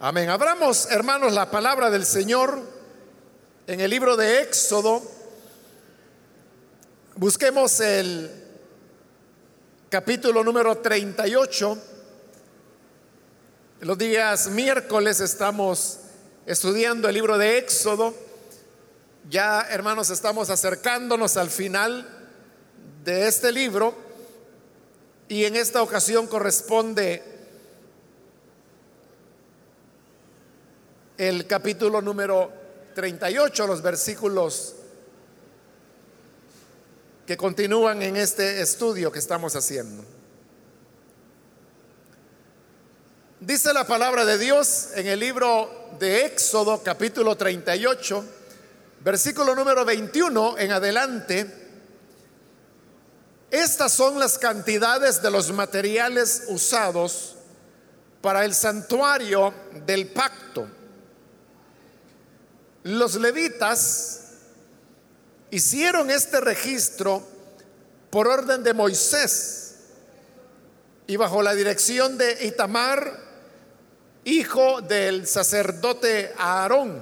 Amén. Abramos, hermanos, la palabra del Señor en el libro de Éxodo. Busquemos el capítulo número 38. Los días miércoles estamos estudiando el libro de Éxodo. Ya, hermanos, estamos acercándonos al final de este libro y en esta ocasión corresponde el capítulo número 38, los versículos que continúan en este estudio que estamos haciendo. Dice la palabra de Dios en el libro de Éxodo, capítulo 38, versículo número 21 en adelante. Estas son las cantidades de los materiales usados para el santuario del pacto. Los levitas hicieron este registro por orden de Moisés y bajo la dirección de Itamar, hijo del sacerdote Aarón.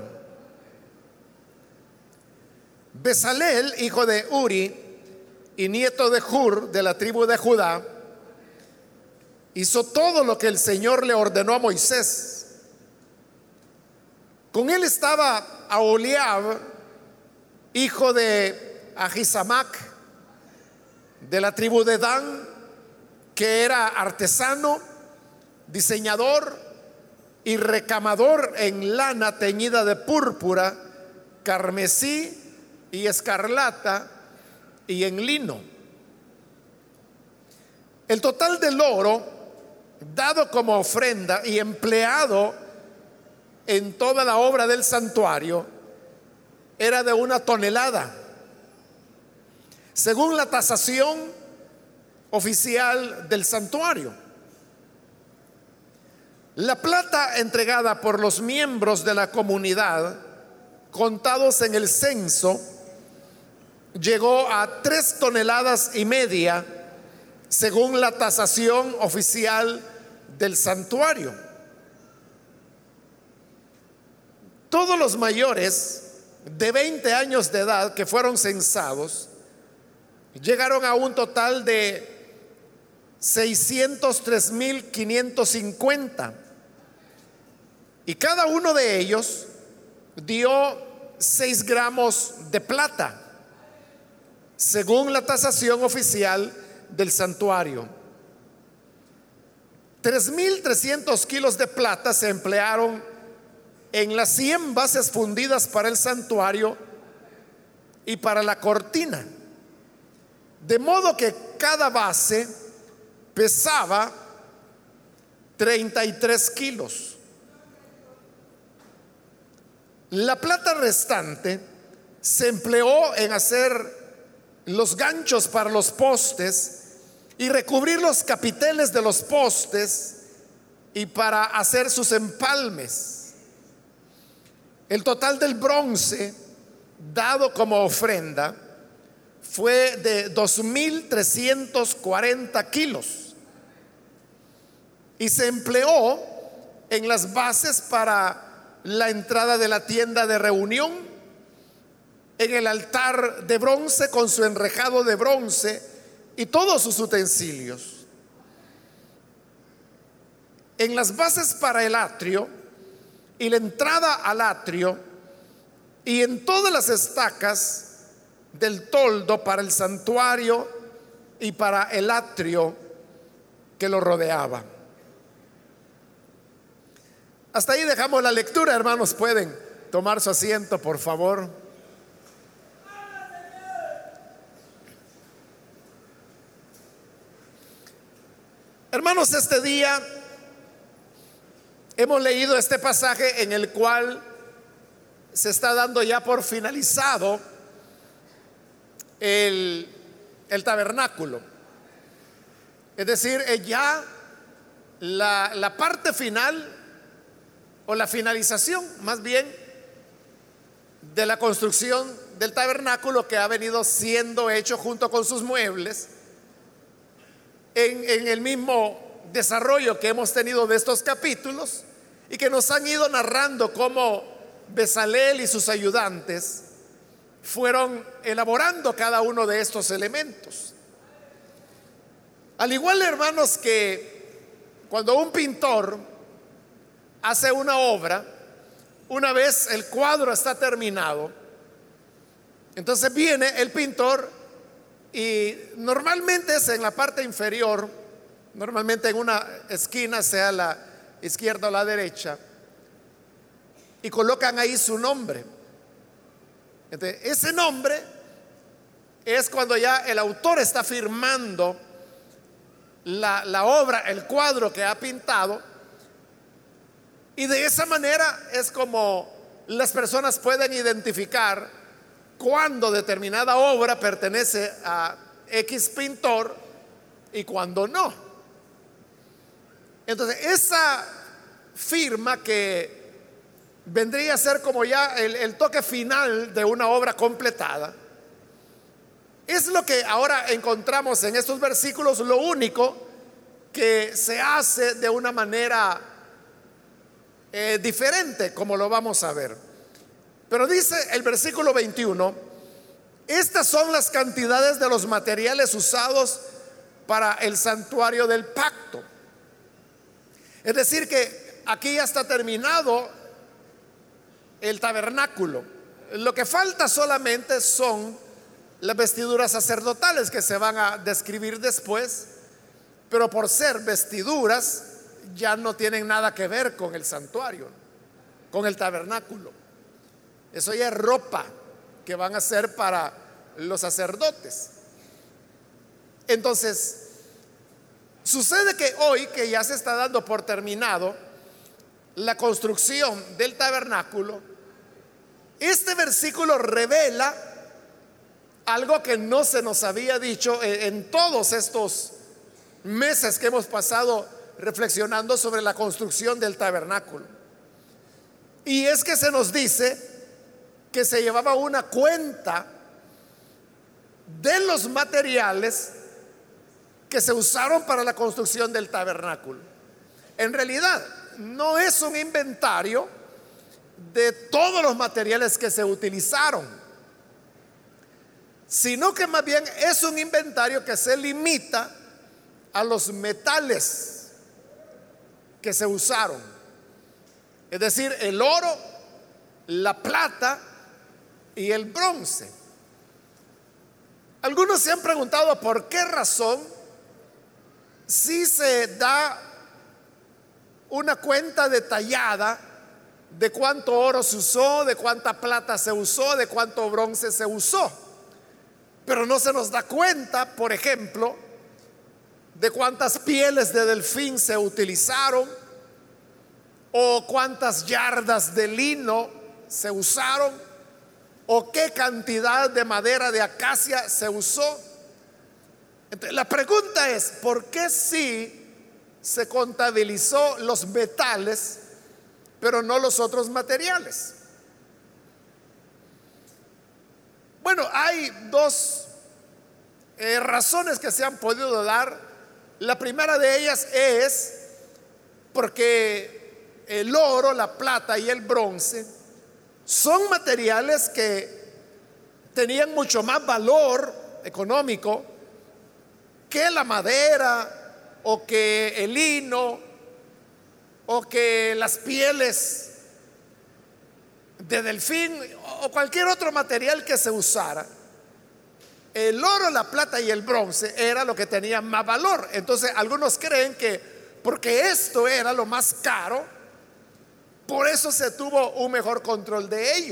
Bezalel, hijo de Uri y nieto de Hur, de la tribu de Judá, hizo todo lo que el Señor le ordenó a Moisés. Con él estaba Aholiab, hijo de Ahisamac, de la tribu de Dan, que era artesano, diseñador y recamador en lana teñida de púrpura, carmesí y escarlata y en lino. El total del oro dado como ofrenda y empleado en toda la obra del santuario era de 1 tonelada, según la tasación oficial del santuario. La plata entregada por los miembros de la comunidad, contados en el censo, llegó a 3 toneladas y media, según la tasación oficial del santuario. Todos los mayores de 20 años de edad que fueron censados llegaron a un total de 603,550, y cada uno de ellos dio 6 gramos de plata, según la tasación oficial del santuario. 3,300 kilos de plata se emplearon en las 100 bases fundidas para el santuario y para la cortina, de modo que cada base pesaba 33 kilos. La plata restante se empleó en hacer los ganchos para los postes y recubrir los capiteles de los postes y para hacer sus empalmes. El total del bronce dado como ofrenda fue de 2,340 kilos y se empleó en las bases para la entrada de la tienda de reunión, en el altar de bronce con su enrejado de bronce y todos sus utensilios, en las bases para el atrio y la entrada al atrio, y en todas las estacas del toldo para el santuario y para el atrio que lo rodeaba. Hasta ahí dejamos la lectura, hermanos. Pueden tomar su asiento, por favor. Hermanos, este día hemos leído este pasaje en el cual se está dando ya por finalizado el tabernáculo. Es decir, ya la parte final, o la finalización más bien, de la construcción del tabernáculo, que ha venido siendo hecho junto con sus muebles en el mismo desarrollo que hemos tenido de estos capítulos. y que nos han ido narrando cómo Bezalel y sus ayudantes fueron elaborando cada uno de estos elementos. Al igual, hermanos, que cuando un pintor hace una obra, una vez el cuadro está terminado, entonces viene el pintor y normalmente es en la parte inferior, normalmente en una esquina, sea la izquierda o la derecha, y colocan ahí su nombre. Entonces, ese nombre es cuando ya el autor está firmando la obra, el cuadro que ha pintado, y de esa manera es como las personas pueden identificar cuando determinada obra pertenece a X pintor y cuando no. Entonces, esa firma, que vendría a ser como ya el toque final de una obra completada, es lo que ahora encontramos en estos versículos. Lo único que se hace de una manera diferente, como lo vamos a ver. Pero dice el versículo 21: estas son las cantidades de los materiales usados para el santuario del pacto. Es decir, que aquí ya está terminado el tabernáculo. Lo que falta solamente son las vestiduras sacerdotales, que se van a describir después, pero por ser vestiduras ya no tienen nada que ver con el santuario, con el tabernáculo. Eso ya es ropa que van a ser para los sacerdotes. Entonces, sucede que hoy, que ya se está dando por terminado la construcción del tabernáculo, este versículo revela algo que no se nos había dicho en todos estos meses que hemos pasado reflexionando sobre la construcción del tabernáculo. Y es que se nos dice que se llevaba una cuenta de los materiales que se usaron para la construcción del tabernáculo. En realidad, no es un inventario de todos los materiales que se utilizaron, sino que más bien es un inventario que se limita a los metales que se usaron, es decir, el oro, la plata y el bronce. Algunos se han preguntado por qué razón, si se da una cuenta detallada de cuánto oro se usó, de cuánta plata se usó, de cuánto bronce se usó, pero no se nos da cuenta, por ejemplo, de cuántas pieles de delfín se utilizaron, o cuántas yardas de lino se usaron, o qué cantidad de madera de acacia se usó. Entonces, la pregunta es: ¿por qué sí se contabilizó los metales pero no los otros materiales? Bueno, hay dos razones que se han podido dar. La primera de ellas es porque el oro, la plata y el bronce son materiales que tenían mucho más valor económico que la madera, o que el lino, o que las pieles de delfín, o cualquier otro material que se usara. El oro, la plata y el bronce era lo que tenía más valor. Entonces, algunos creen que porque esto era lo más caro, por eso se tuvo un mejor control de ello.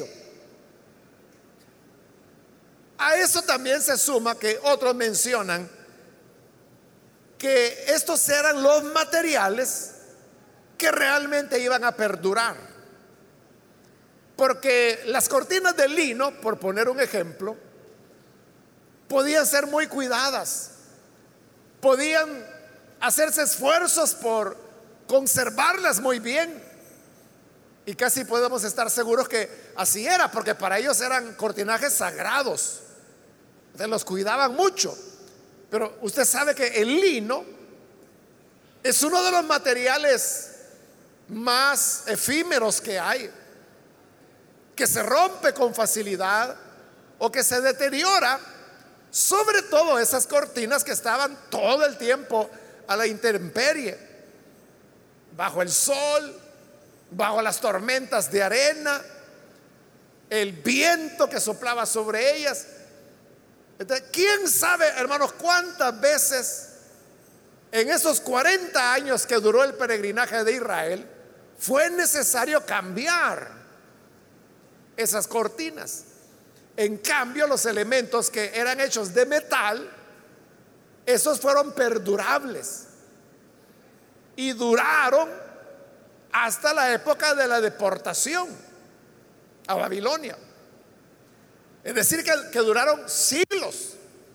A eso también se suma que otros mencionan que estos eran los materiales que realmente iban a perdurar, porque las cortinas de lino, por poner un ejemplo, podían ser muy cuidadas, podían hacerse esfuerzos por conservarlas muy bien, y casi podemos estar seguros que así era, porque para ellos eran cortinajes sagrados, se los cuidaban mucho. Pero usted sabe que el lino es uno de los materiales más efímeros que hay, que se rompe con facilidad o que se deteriora, sobre todo esas cortinas que estaban todo el tiempo a la intemperie, bajo el sol, bajo las tormentas de arena, el viento que soplaba sobre ellas. Entonces, ¿quién sabe, hermanos, cuántas veces en esos 40 años que duró el peregrinaje de Israel fue necesario cambiar esas cortinas? En cambio, los elementos que eran hechos de metal, esos fueron perdurables y duraron hasta la época de la deportación a Babilonia. Es decir, que duraron siglos,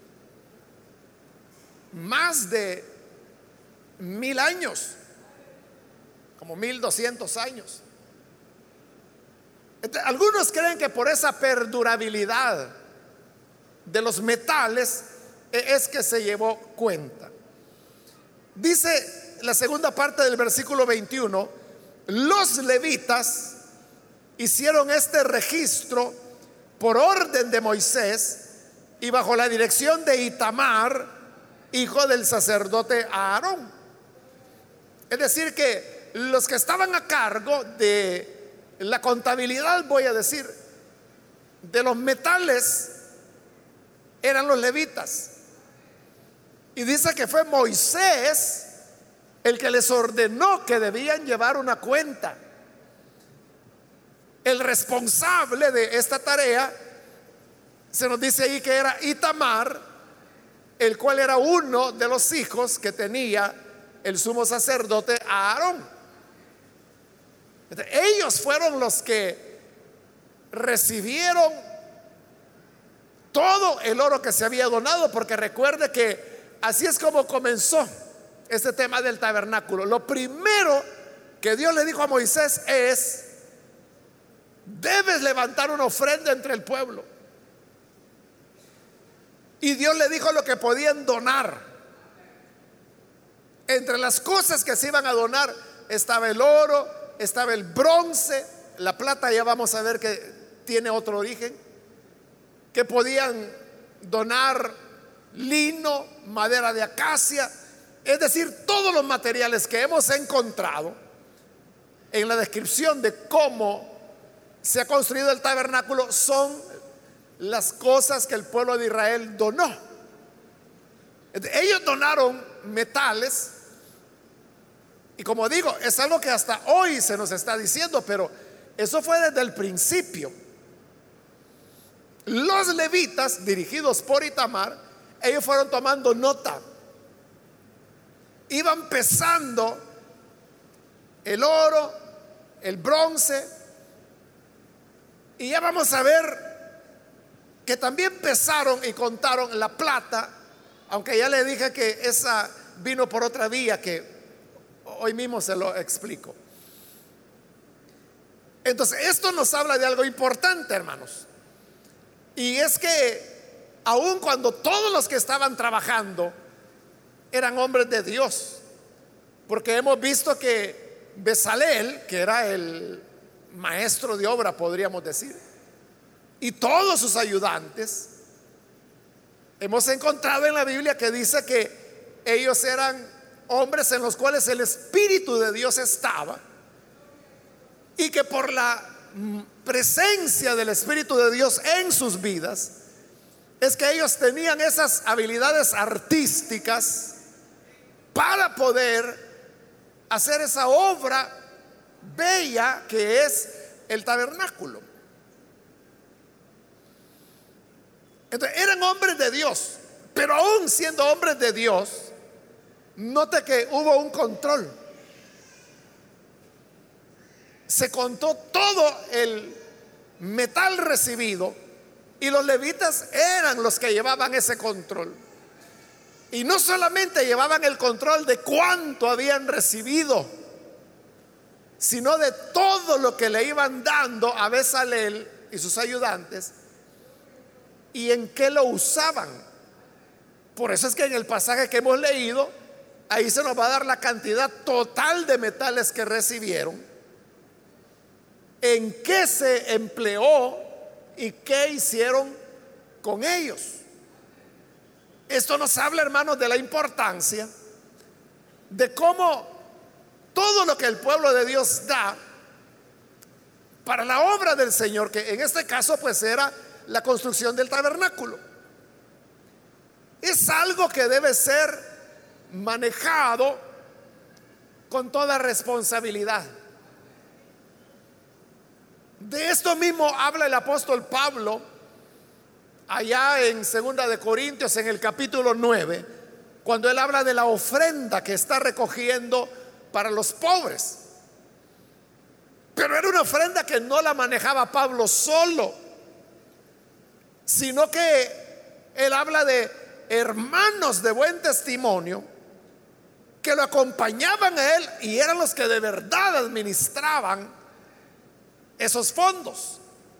más de 1000 años, como 1200 años. Entonces, algunos creen que por esa perdurabilidad de los metales es que se llevó cuenta. Dice la segunda parte del versículo 21: los levitas hicieron este registro por orden de Moisés y bajo la dirección de Itamar, hijo del sacerdote Aarón. Es decir, que los que estaban a cargo de la contabilidad, voy a decir, de los metales, eran los levitas. Y dice que fue Moisés el que les ordenó que debían llevar una cuenta. El responsable de esta tarea, se nos dice ahí que era Itamar, el cual era uno de los hijos que tenía el sumo sacerdote Aarón. Ellos fueron los que recibieron todo el oro que se había donado, porque recuerde que así es como comenzó este tema del tabernáculo. Lo primero que Dios le dijo a Moisés es: debes levantar una ofrenda entre el pueblo. Y Dios le dijo lo que podían donar. Entre las cosas que se iban a donar estaba el oro, estaba el bronce, la plata ya vamos a ver que tiene otro origen, que podían donar lino, madera de acacia, es decir, todos los materiales que hemos encontrado en la descripción de cómo se ha construido el tabernáculo son las cosas que el pueblo de Israel donó. Ellos donaron metales, y como digo, es algo que hasta hoy se nos está diciendo, pero eso fue desde el principio. Los levitas, dirigidos por Itamar, ellos fueron tomando nota, iban pesando el oro, el bronce, y ya vamos a ver que también pesaron y contaron la plata, aunque ya le dije que esa vino por otra vía que hoy mismo se lo explico. Entonces, esto nos habla de algo importante, hermanos, y es que aun cuando todos los que estaban trabajando eran hombres de Dios, porque hemos visto que Bezalel, que era el maestro de obra, podríamos decir, y todos sus ayudantes, hemos encontrado en la Biblia que dice que ellos eran hombres en los cuales el Espíritu de Dios estaba, y que por la presencia del Espíritu de Dios en sus vidas es que ellos tenían esas habilidades artísticas para poder hacer esa obra bella que es el tabernáculo. Entonces, eran hombres de Dios, pero aún siendo hombres de Dios, note que hubo un control. Se contó todo el metal recibido y los levitas eran los que llevaban ese control. Y no solamente llevaban el control de cuánto habían recibido, sino de todo lo que le iban dando a Bezalel y sus ayudantes y en qué lo usaban. Por eso es que en el pasaje que hemos leído ahí se nos va a dar la cantidad total de metales que recibieron, en qué se empleó y qué hicieron con ellos. Esto nos habla, hermanos, de la importancia de cómo todo lo que el pueblo de Dios da para la obra del Señor, que en este caso pues era la construcción del tabernáculo, es algo que debe ser manejado con toda responsabilidad. De esto mismo habla el apóstol Pablo allá en Segunda de Corintios, en el capítulo 9, cuando él habla de la ofrenda que está recogiendo para los pobres. Pero era una ofrenda que no la manejaba Pablo solo, sino que él habla de hermanos de buen testimonio que lo acompañaban a él y eran los que de verdad administraban esos fondos.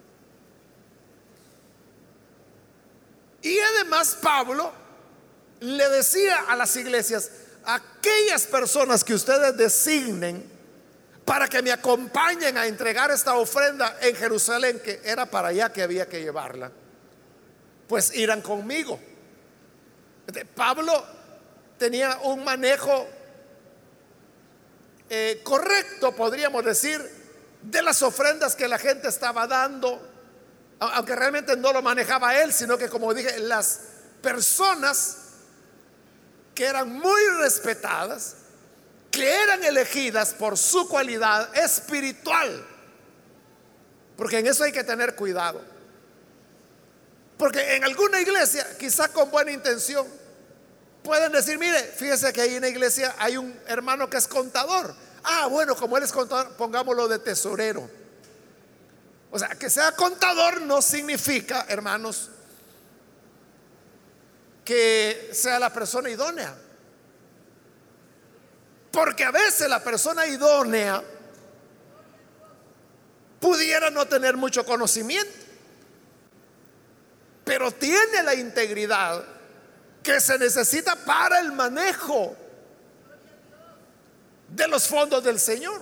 Y además Pablo le decía a las iglesias: aquellas personas que ustedes designen para que me acompañen a entregar esta ofrenda en Jerusalén, que era para allá que había que llevarla, pues irán conmigo. Pablo tenía un manejo correcto, podríamos decir, de las ofrendas que la gente estaba dando, aunque realmente no lo manejaba él, sino que, como dije, las personas que eran muy respetadas, que eran elegidas por su cualidad espiritual, porque en eso hay que tener cuidado. Porque en alguna iglesia, quizá con buena intención, pueden decir: mire, fíjese que ahí en la iglesia hay un hermano que es contador. Ah, bueno, como él es contador, pongámoslo de tesorero. O sea, que sea contador no significa, hermanos, que sea la persona idónea. Porque a veces la persona idónea pudiera no tener mucho conocimiento, pero tiene la integridad que se necesita para el manejo de los fondos del Señor.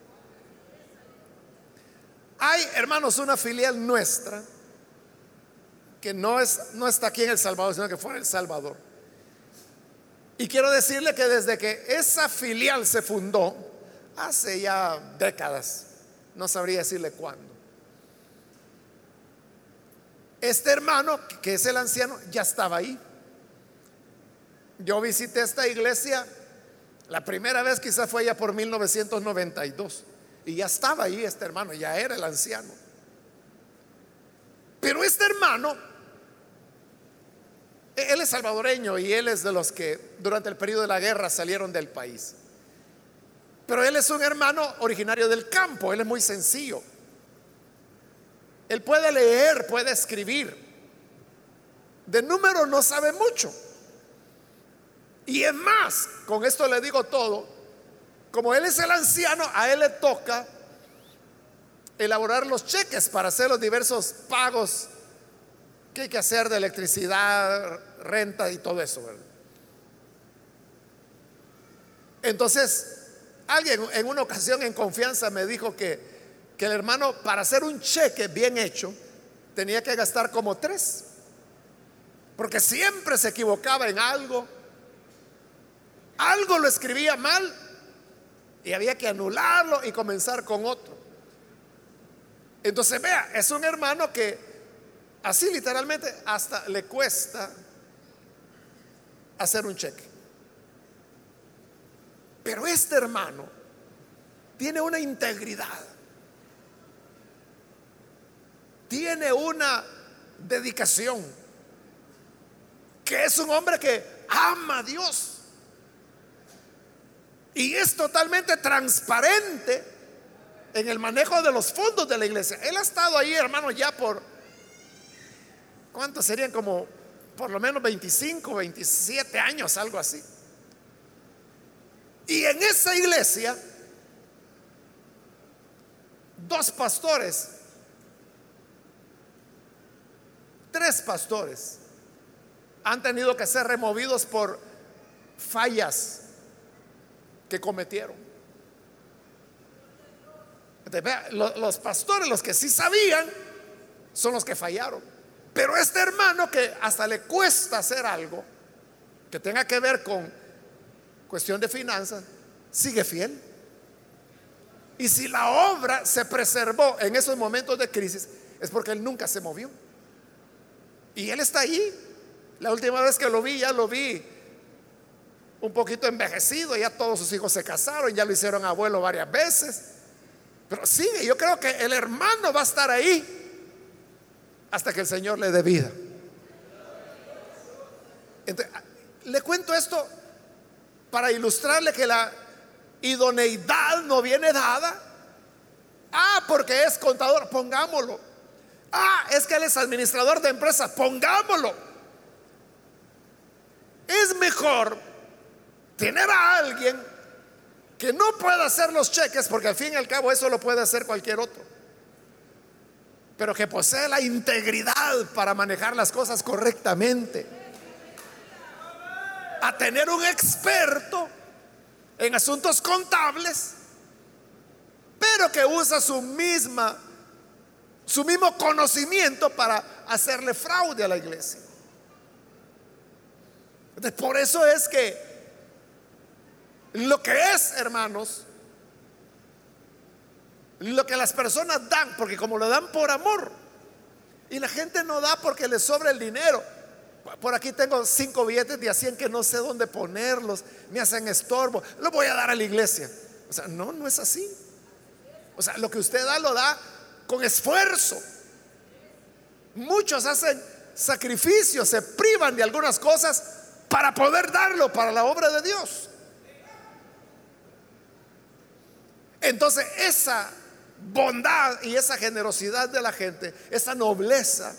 Hay, hermanos, una filial nuestra que no está aquí en El Salvador, sino que fue en El Salvador. Y quiero decirle que desde que esa filial se fundó, hace ya décadas, no sabría decirle cuándo, este hermano, que es el anciano, ya estaba ahí. Yo visité esta iglesia la primera vez, quizás fue ya por 1992, y ya estaba ahí este hermano, ya era el anciano. Pero este hermano, él es salvadoreño y él es de los que durante el periodo de la guerra salieron del país. Pero él es un hermano originario del campo, él es muy sencillo. Él puede leer, puede escribir. De número no sabe mucho. Y es más, con esto le digo todo, como él es el anciano, a él le toca elaborar los cheques para hacer los diversos pagos que hay que hacer de electricidad, renta y todo eso, ¿verdad? Entonces, alguien en una ocasión en confianza me dijo que el hermano, para hacer un cheque bien hecho, tenía que gastar como 3, porque siempre se equivocaba en algo lo escribía mal y había que anularlo y comenzar con otro. Entonces, vea, es un hermano que así literalmente hasta le cuesta hacer un cheque. Pero este hermano tiene una integridad, tiene una dedicación, que es un hombre que ama a Dios y es totalmente transparente en el manejo de los fondos de la iglesia. Él ha estado ahí, hermano, ya por ¿cuántos serían? Como por lo menos 25, 27 años, algo así. Y en esa iglesia, 2 pastores, 3 pastores han tenido que ser removidos por fallas que cometieron. Entonces, vea, los pastores, los que sí sabían, son los que fallaron. Pero este hermano que hasta le cuesta hacer algo que tenga que ver con cuestión de finanzas, sigue fiel. Y si la obra se preservó en esos momentos de crisis, es porque él nunca se movió. Y él está allí. La última vez que lo vi, ya lo vi un poquito envejecido, ya todos sus hijos se casaron, ya lo hicieron abuelo varias veces. Pero sigue, yo creo que el hermano va a estar ahí hasta que el Señor le dé vida. Entonces, le cuento esto para ilustrarle que la idoneidad no viene dada. Porque es contador, pongámoslo. Es que él es administrador de empresas, pongámoslo. Es mejor tener a alguien que no pueda hacer los cheques, porque al fin y al cabo eso lo puede hacer cualquier otro, pero que posee la integridad para manejar las cosas correctamente, a tener un experto en asuntos contables, pero que usa su mismo conocimiento para hacerle fraude a la iglesia. Entonces, por eso es que lo que es, hermanos, lo que las personas dan, porque como lo dan por amor, y la gente no da porque le sobra el dinero. Por aquí tengo 5 billetes de a 100 que no sé dónde ponerlos, me hacen estorbo, los voy a dar a la iglesia. O sea, no es así. O sea, lo que usted da, lo da con esfuerzo. Muchos hacen sacrificios, se privan de algunas cosas para poder darlo para la obra de Dios. Entonces, esa bondad y esa generosidad de la gente, esa nobleza,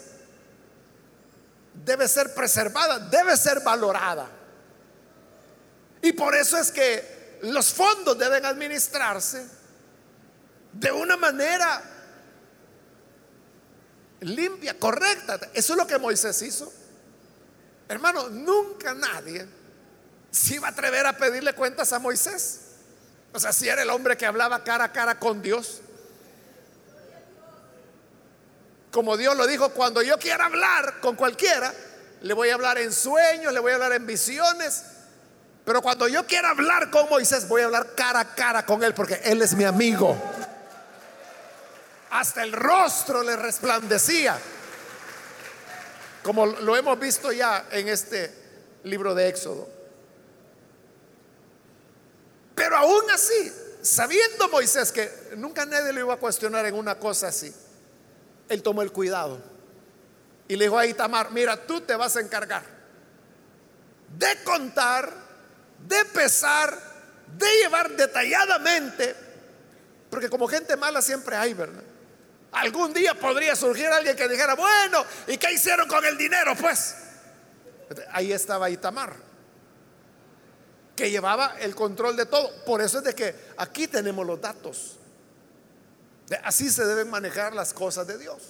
debe ser preservada, debe ser valorada. Y por eso es que los fondos deben administrarse de una manera limpia, correcta. Eso es lo que Moisés hizo. Hermano, nunca nadie se iba a atrever a pedirle cuentas a Moisés. O sea, si era el hombre que hablaba cara a cara con Dios. Como Dios lo dijo, cuando yo quiera hablar con cualquiera, le voy a hablar en sueños, le voy a hablar en visiones. Pero cuando yo quiera hablar con Moisés, voy a hablar cara a cara con él, porque él es mi amigo. Hasta el rostro le resplandecía, como lo hemos visto ya en este libro de Éxodo. Pero aún así, sabiendo Moisés que nunca nadie lo iba a cuestionar en una cosa así, él tomó el cuidado y le dijo a Itamar: mira, tú te vas a encargar de contar, de pesar, de llevar detalladamente, porque como gente mala siempre hay, ¿verdad? Algún día podría surgir alguien que dijera: bueno, ¿y qué hicieron con el dinero? Pues ahí estaba Itamar, que llevaba el control de todo. Por eso es de que aquí tenemos los datos. Así se deben manejar las cosas de Dios.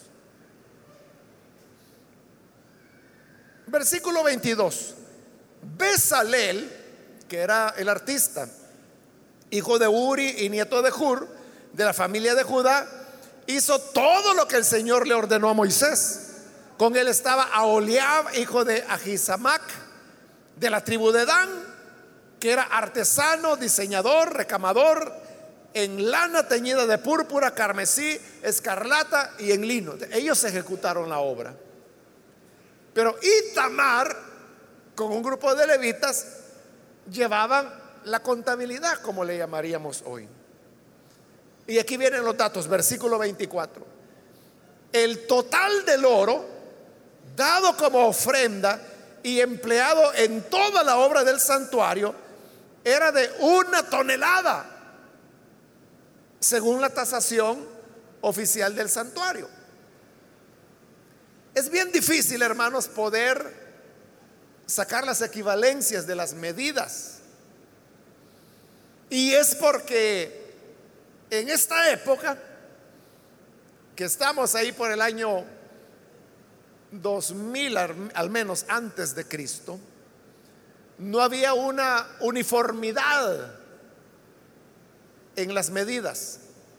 Versículo 22. Bezalel, que era el artista, hijo de Uri y nieto de Hur, de la familia de Judá, hizo todo lo que el Señor le ordenó a Moisés. Con él estaba Aholiab, hijo de Ahisamac, de la tribu de Dan, que era artesano, diseñador, recamador en lana teñida de púrpura, carmesí, escarlata y en lino. Ellos ejecutaron la obra. Pero Itamar, con un grupo de levitas, llevaban la contabilidad, como le llamaríamos hoy. Y aquí vienen los datos, versículo 24. El total del oro dado como ofrenda y empleado en toda la obra del santuario era de 1 tonelada, según la tasación oficial del santuario. Es bien difícil, hermanos, poder sacar las equivalencias de las medidas. Y es porque en esta época, que estamos ahí por el año 2000 al menos antes de Cristo, no había una uniformidad en las medidas.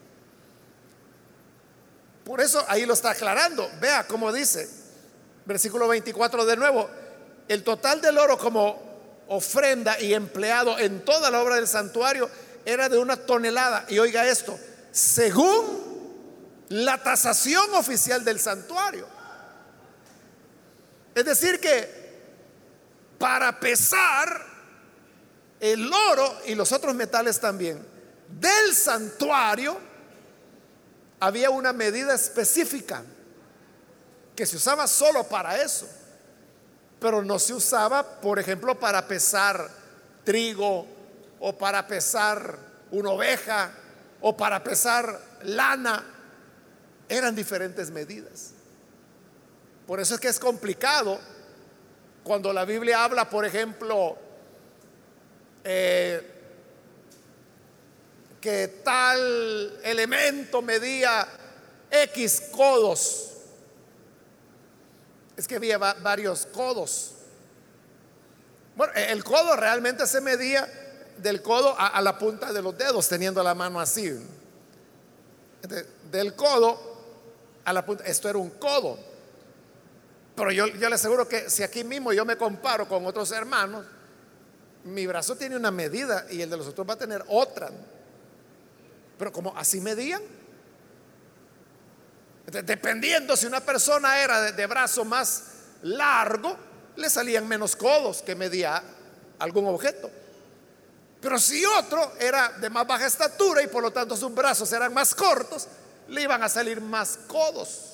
Por eso ahí lo está aclarando. Vea cómo dice, versículo 24 de nuevo: el total del oro como ofrenda y empleado en toda la obra del santuario era de 1 tonelada. Y oiga esto, según la tasación oficial del santuario. Es decir que para pesar el oro y los otros metales también del santuario, había una medida específica que se usaba solo para eso, pero no se usaba, por ejemplo, para pesar trigo, o para pesar una oveja, o para pesar lana. Eran diferentes medidas. Por eso es que es complicado cuando la Biblia habla, por ejemplo, que tal elemento medía X codos. Es que había varios codos. Bueno, el codo realmente se medía del codo a la punta de los dedos, teniendo la mano así. Del codo a la punta, esto era un codo. Pero yo le aseguro que si aquí mismo yo me comparo con otros hermanos, mi brazo tiene una medida y el de los otros va a tener otra. Pero como así medían, dependiendo si una persona era de brazo más largo, le salían menos codos que medía algún objeto. Pero si otro era de más baja estatura y por lo tanto sus brazos eran más cortos, le iban a salir más codos.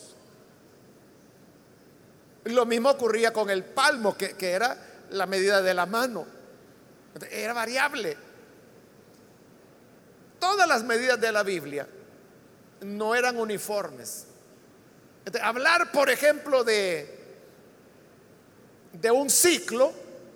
Lo mismo ocurría con el palmo, que era la medida de la mano. Era variable. Todas las medidas de la Biblia no eran uniformes. Hablar, por ejemplo, de un ciclo,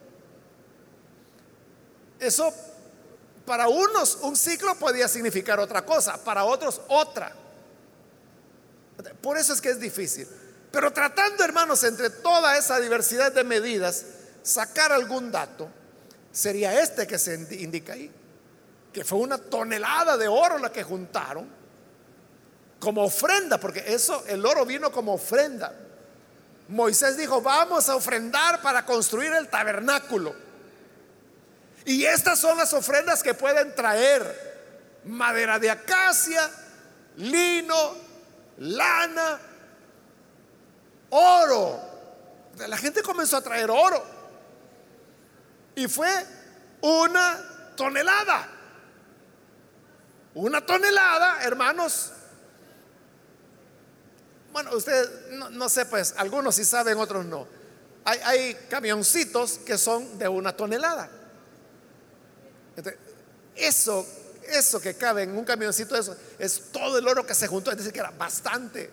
eso para unos un ciclo podía significar otra cosa, para otros otra. Por eso es que es difícil. Pero tratando, hermanos, entre toda esa diversidad de medidas, sacar algún dato, sería este que se indica ahí, que fue 1 tonelada de oro la que juntaron como ofrenda, porque eso, el oro vino como ofrenda. Moisés dijo: vamos a ofrendar para construir el tabernáculo, y estas son las ofrendas que pueden traer: madera de acacia, lino, lana, oro. La gente comenzó a traer oro y fue 1 tonelada. 1 tonelada, hermanos. Bueno, usted no sé, pues algunos sí saben, otros no. Hay camioncitos que son de 1 tonelada. Eso que cabe en un camioncito, eso es todo el oro que se juntó. Es decir, que era bastante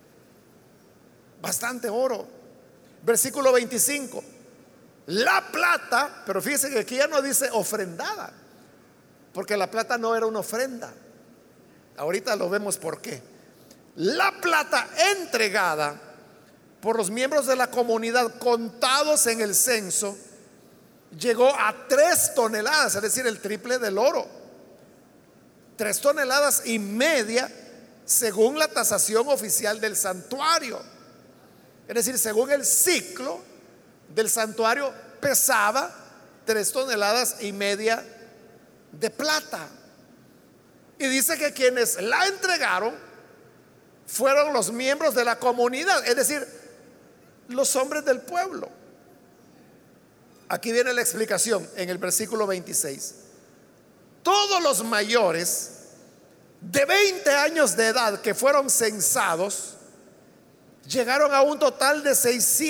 oro. Versículo 25: la plata, pero fíjense que aquí ya no dice ofrendada, porque la plata no era una ofrenda. Ahorita lo vemos por qué. La plata entregada por los miembros de la comunidad contados en el censo llegó a 3 toneladas, es decir, el triple del oro. 3,5 toneladas según la tasación oficial del santuario. Es decir, según el ciclo del santuario, pesaba 3,5 toneladas de plata. Y dice que quienes la entregaron fueron los miembros de la comunidad, es decir, los hombres del pueblo. Aquí viene la explicación en el versículo 26. Todos los mayores de 20 años de edad que fueron censados llegaron a un total de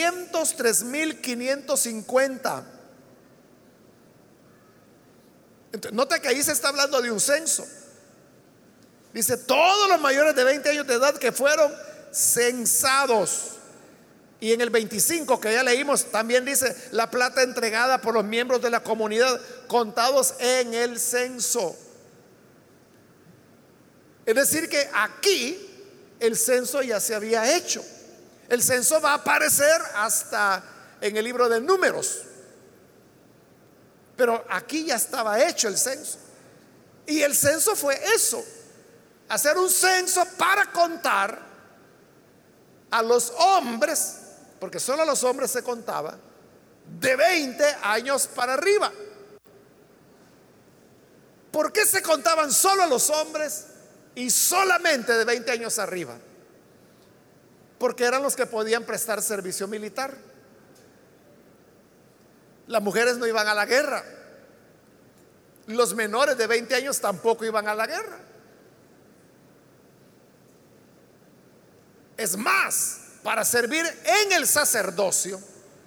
603,550. Nota que ahí se está hablando de un censo. Dice: todos los mayores de 20 años de edad que fueron censados. Y en el 25 que ya leímos también dice: la plata entregada por los miembros de la comunidad contados en el censo. Es decir, que aquí el censo ya se había hecho. El censo va a aparecer hasta en el libro de Números, pero aquí ya estaba hecho el censo. Y el censo fue eso, hacer un censo para contar a los hombres, porque solo a los hombres se contaba, de 20 años para arriba. ¿Por qué se contaban solo a los hombres y solamente de 20 años arriba? Porque eran los que podían prestar servicio militar. Las mujeres no iban a la guerra. Los menores de 20 años tampoco iban a la guerra. Es más, para servir en el sacerdocio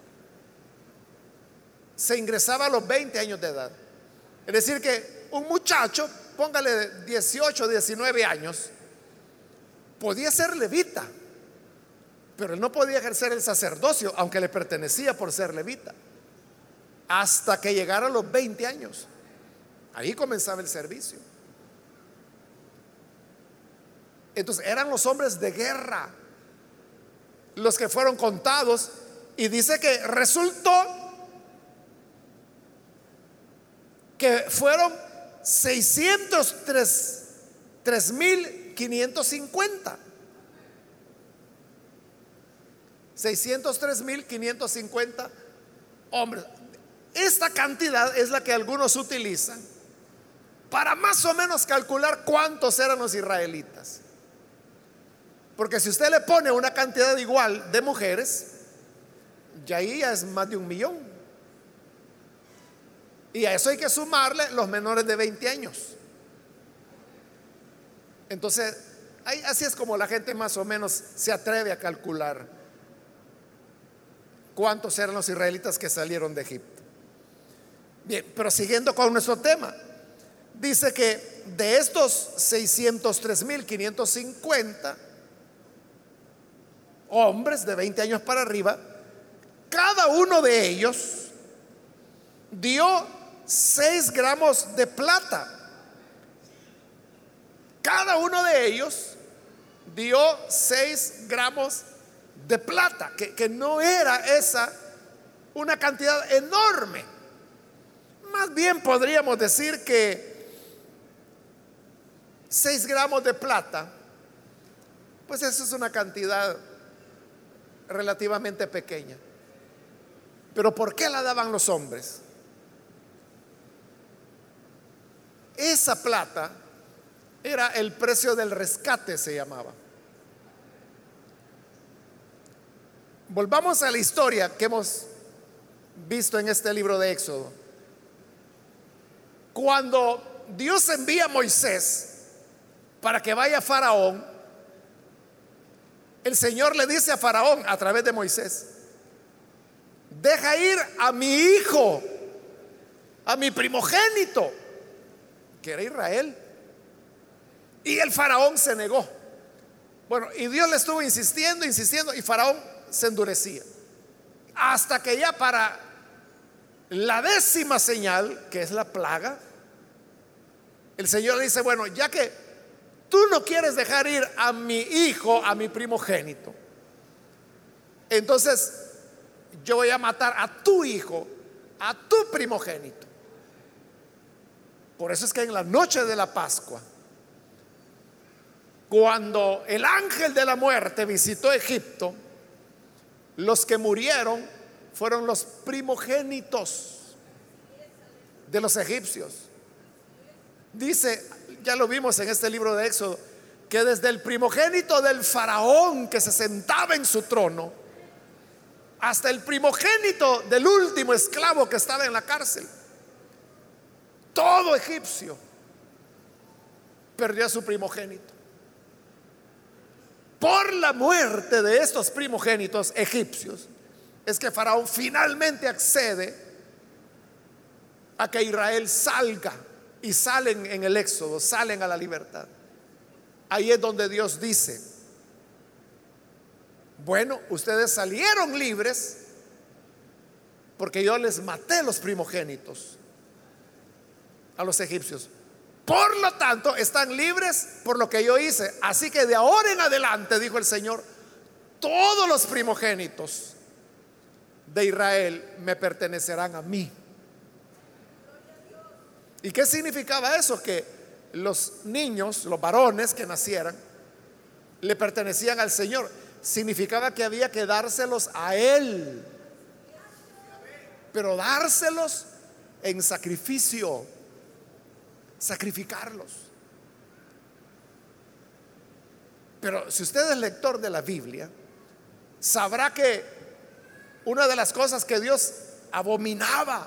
se ingresaba a los 20 años de edad. Es decir que un muchacho, póngale 18, 19 años, podía ser levita, pero él no podía ejercer el sacerdocio, aunque le pertenecía por ser levita, hasta que llegara a los 20 años. Ahí comenzaba el servicio. Entonces eran los hombres de guerra los que fueron contados, y dice que resultó que fueron 603,550. 603,550 hombres. Esta cantidad es la que algunos utilizan para más o menos calcular cuántos eran los israelitas. Porque si usted le pone una cantidad igual de mujeres, ya ahí ya es más de 1,000,000. Y a eso hay que sumarle los menores de 20 años. Entonces, así es como la gente más o menos se atreve a calcular cuántos eran los israelitas que salieron de Egipto. Bien, pero siguiendo con nuestro tema, dice que de estos 603,550 hombres de 20 años para arriba, cada uno de ellos dio 6 gramos de plata. Cada uno de ellos dio 6 gramos de plata, que no era esa una cantidad enorme. Más bien podríamos decir que 6 gramos de plata, pues eso es una cantidad relativamente pequeña. Pero ¿por qué la daban los hombres? Esa plata era el precio del rescate, se llamaba. Volvamos a la historia que hemos visto en este libro de Éxodo. Cuando Dios envía a Moisés para que vaya a Faraón, el Señor le dice a Faraón a través de Moisés: deja ir a mi hijo, a mi primogénito, que era Israel. Y el Faraón se negó. Bueno, y Dios le estuvo insistiendo, insistiendo, y Faraón se endurecía. Hasta que ya para la 10ª señal, que es la plaga, el Señor le dice: bueno, ya que tú no quieres dejar ir a mi hijo, a mi primogénito, entonces yo voy a matar a tu hijo, a tu primogénito. Por eso es que en la noche de la Pascua, cuando el ángel de la muerte visitó Egipto, los que murieron fueron los primogénitos de los egipcios. Dice, ya lo vimos en este libro de Éxodo, que desde el primogénito del faraón que se sentaba en su trono, hasta el primogénito del último esclavo que estaba en la cárcel, todo egipcio perdió a su primogénito. Por la muerte de estos primogénitos egipcios es que Faraón finalmente accede a que Israel salga, y salen en el Éxodo, salen a la libertad. Ahí es donde Dios dice: bueno, ustedes salieron libres porque yo les maté los primogénitos a los egipcios. Por lo tanto, están libres por lo que yo hice. Así que de ahora en adelante, dijo el Señor, todos los primogénitos de Israel me pertenecerán a mí. ¿Y qué significaba eso? Que los niños, los varones que nacieran, le pertenecían al Señor. Significaba que había que dárselos a Él, pero dárselos en sacrificio, sacrificarlos. Pero si usted es lector de la Biblia, sabrá que una de las cosas que Dios abominaba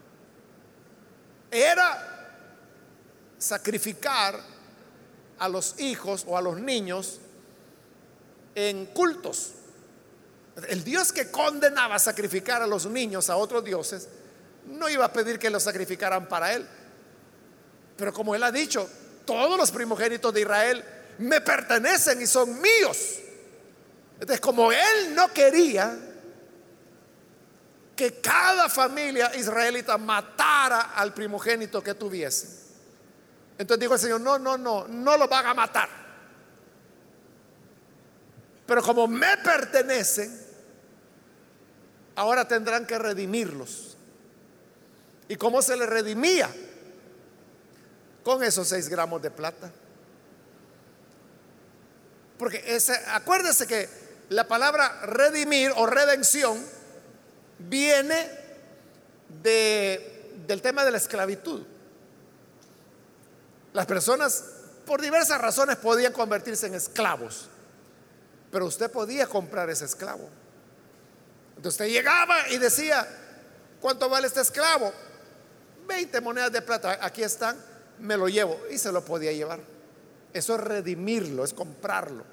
era sacrificar a los hijos o a los niños en cultos. El Dios que condenaba sacrificar a los niños a otros dioses no iba a pedir que los sacrificaran para Él. Pero como Él ha dicho, todos los primogénitos de Israel me pertenecen y son míos. Entonces, como Él no quería que cada familia israelita matara al primogénito que tuviese, entonces dijo el Señor: no lo van a matar. Pero como me pertenecen, ahora tendrán que redimirlos. ¿Y cómo se les redimía? Con esos 6 gramos de plata. Porque acuérdese que la palabra redimir o redención viene del tema de la esclavitud. Las personas por diversas razones podían convertirse en esclavos, pero usted podía comprar ese esclavo. Entonces usted llegaba y decía: ¿cuánto vale este esclavo? 20 monedas de plata, aquí están, me lo llevo. Y se lo podía llevar. Eso es redimirlo, es comprarlo.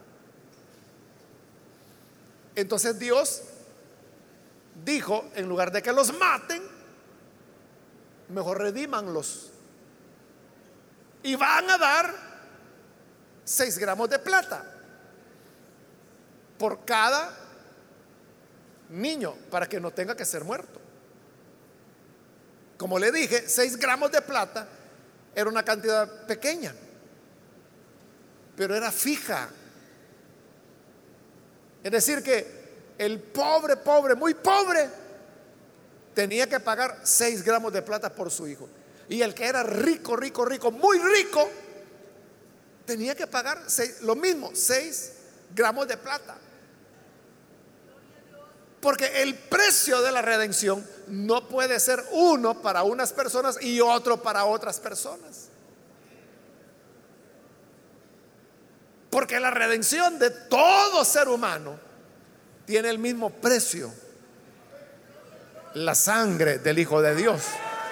Entonces Dios dijo: en lugar de que los maten, mejor redímanlos. Y van a dar 6 gramos de plata por cada niño, para que no tenga que ser muerto. Como le dije, 6 gramos de plata era una cantidad pequeña, pero era fija. Es decir, que el pobre, muy pobre, tenía que pagar 6 gramos de plata por su hijo. Y el que era rico, muy rico, tenía que pagar lo mismo, 6 gramos de plata. Porque el precio de la redención no puede ser uno para unas personas y otro para otras personas. Porque la redención de todo ser humano tiene el mismo precio: la sangre del Hijo de Dios.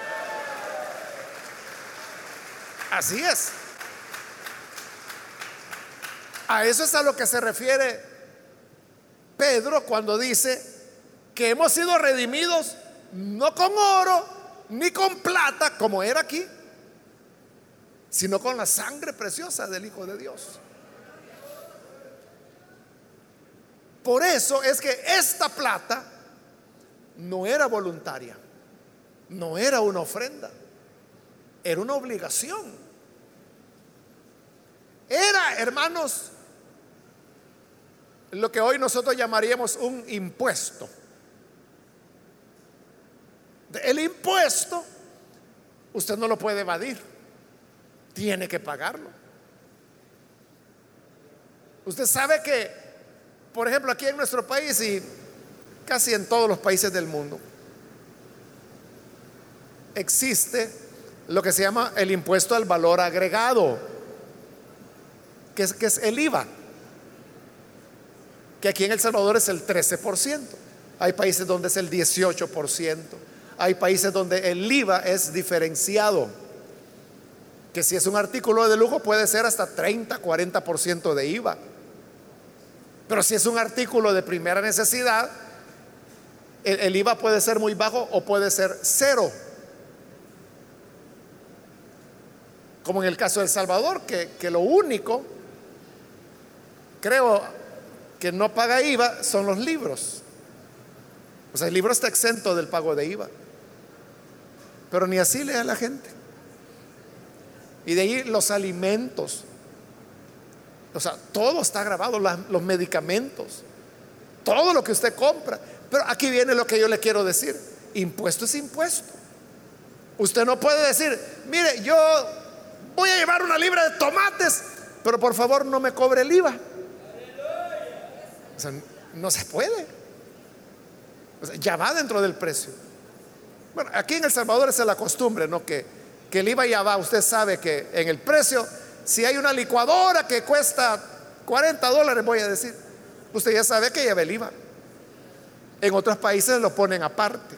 Así es. A eso es a lo que se refiere Pedro cuando dice que hemos sido redimidos no con oro ni con plata, como era aquí, sino con la sangre preciosa del Hijo de Dios. Por eso es que esta plata no era voluntaria, no era una ofrenda, era una obligación. Era, hermanos, lo que hoy nosotros llamaríamos un impuesto. El impuesto usted no lo puede evadir, tiene que pagarlo. Usted sabe que, por ejemplo, aquí en nuestro país y casi en todos los países del mundo, existe lo que se llama el impuesto al valor agregado, que es el IVA, que aquí en El Salvador es el 13%. Hay países donde es el 18%. Hay países donde el IVA es diferenciado, que si es un artículo de lujo puede ser hasta 30-40% de IVA. Pero si es un artículo de primera necesidad, el IVA puede ser muy bajo o puede ser cero. Como en el caso de El Salvador, que lo único, creo, que no paga IVA son los libros. O sea, el libro está exento del pago de IVA, pero ni así lee a la gente. Y de ahí los alimentos, o sea, todo está grabado, los medicamentos, todo lo que usted compra. Pero aquí viene lo que yo le quiero decir: impuesto es impuesto. Usted no puede decir: mire, yo voy a llevar una libra de tomates, pero por favor no me cobre el IVA. O sea, no se puede. O sea, ya va dentro del precio. Bueno, aquí en El Salvador es la costumbre, ¿no? Que el IVA ya va. Usted sabe que en el precio, si hay una licuadora que cuesta $40, voy a decir, usted ya sabe que lleva el IVA. En otros países lo ponen aparte.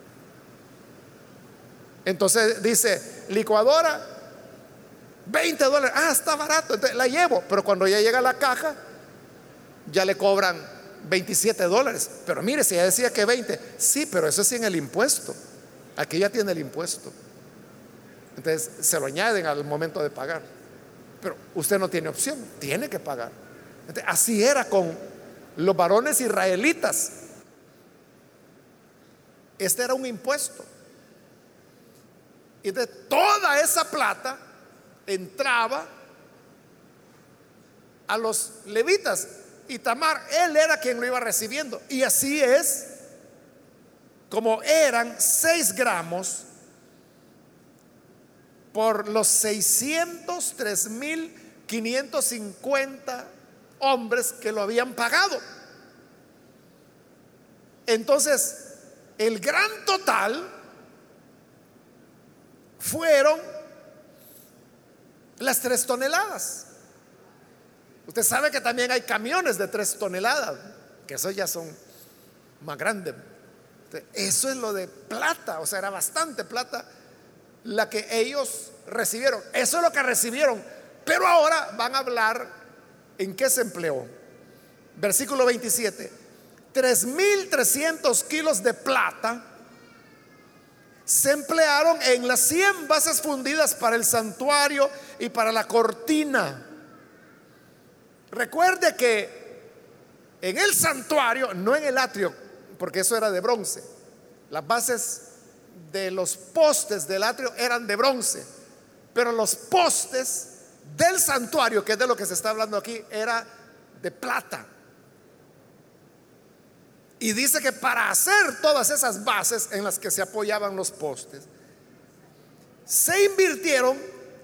Entonces dice, licuadora, $20. Ah, está barato, entonces la llevo. Pero cuando ya llega a la caja, ya le cobran $27. Pero mire, si ya decía que 20, sí, pero eso es sin el impuesto. Aquí ya tiene el impuesto. Entonces se lo añaden al momento de pagar. Pero usted no tiene opción, tiene que pagar. Entonces, así era con los varones israelitas. Este era un impuesto. Y de toda esa plata entraba a los levitas. Y Tamar, él era quien lo iba recibiendo. Y así es como eran 6 gramos por los 603,550 hombres que lo habían pagado. Entonces, el gran total fueron las 3 toneladas. Usted sabe que también hay camiones de 3 toneladas, que esos ya son más grandes. Eso es lo de plata, o sea, era bastante plata la que ellos recibieron. Eso es lo que recibieron. Pero ahora van a hablar en qué se empleó. Versículo 27. 3,300 kilos de plata se emplearon en las 100 bases fundidas para el santuario y para la cortina. Recuerde que en el santuario, no en el atrio, porque eso era de bronce, las bases de los postes del atrio eran de bronce, pero los postes del santuario, que es de lo que se está hablando aquí, era de plata. Y dice que para hacer todas esas bases en las que se apoyaban los postes, se invirtieron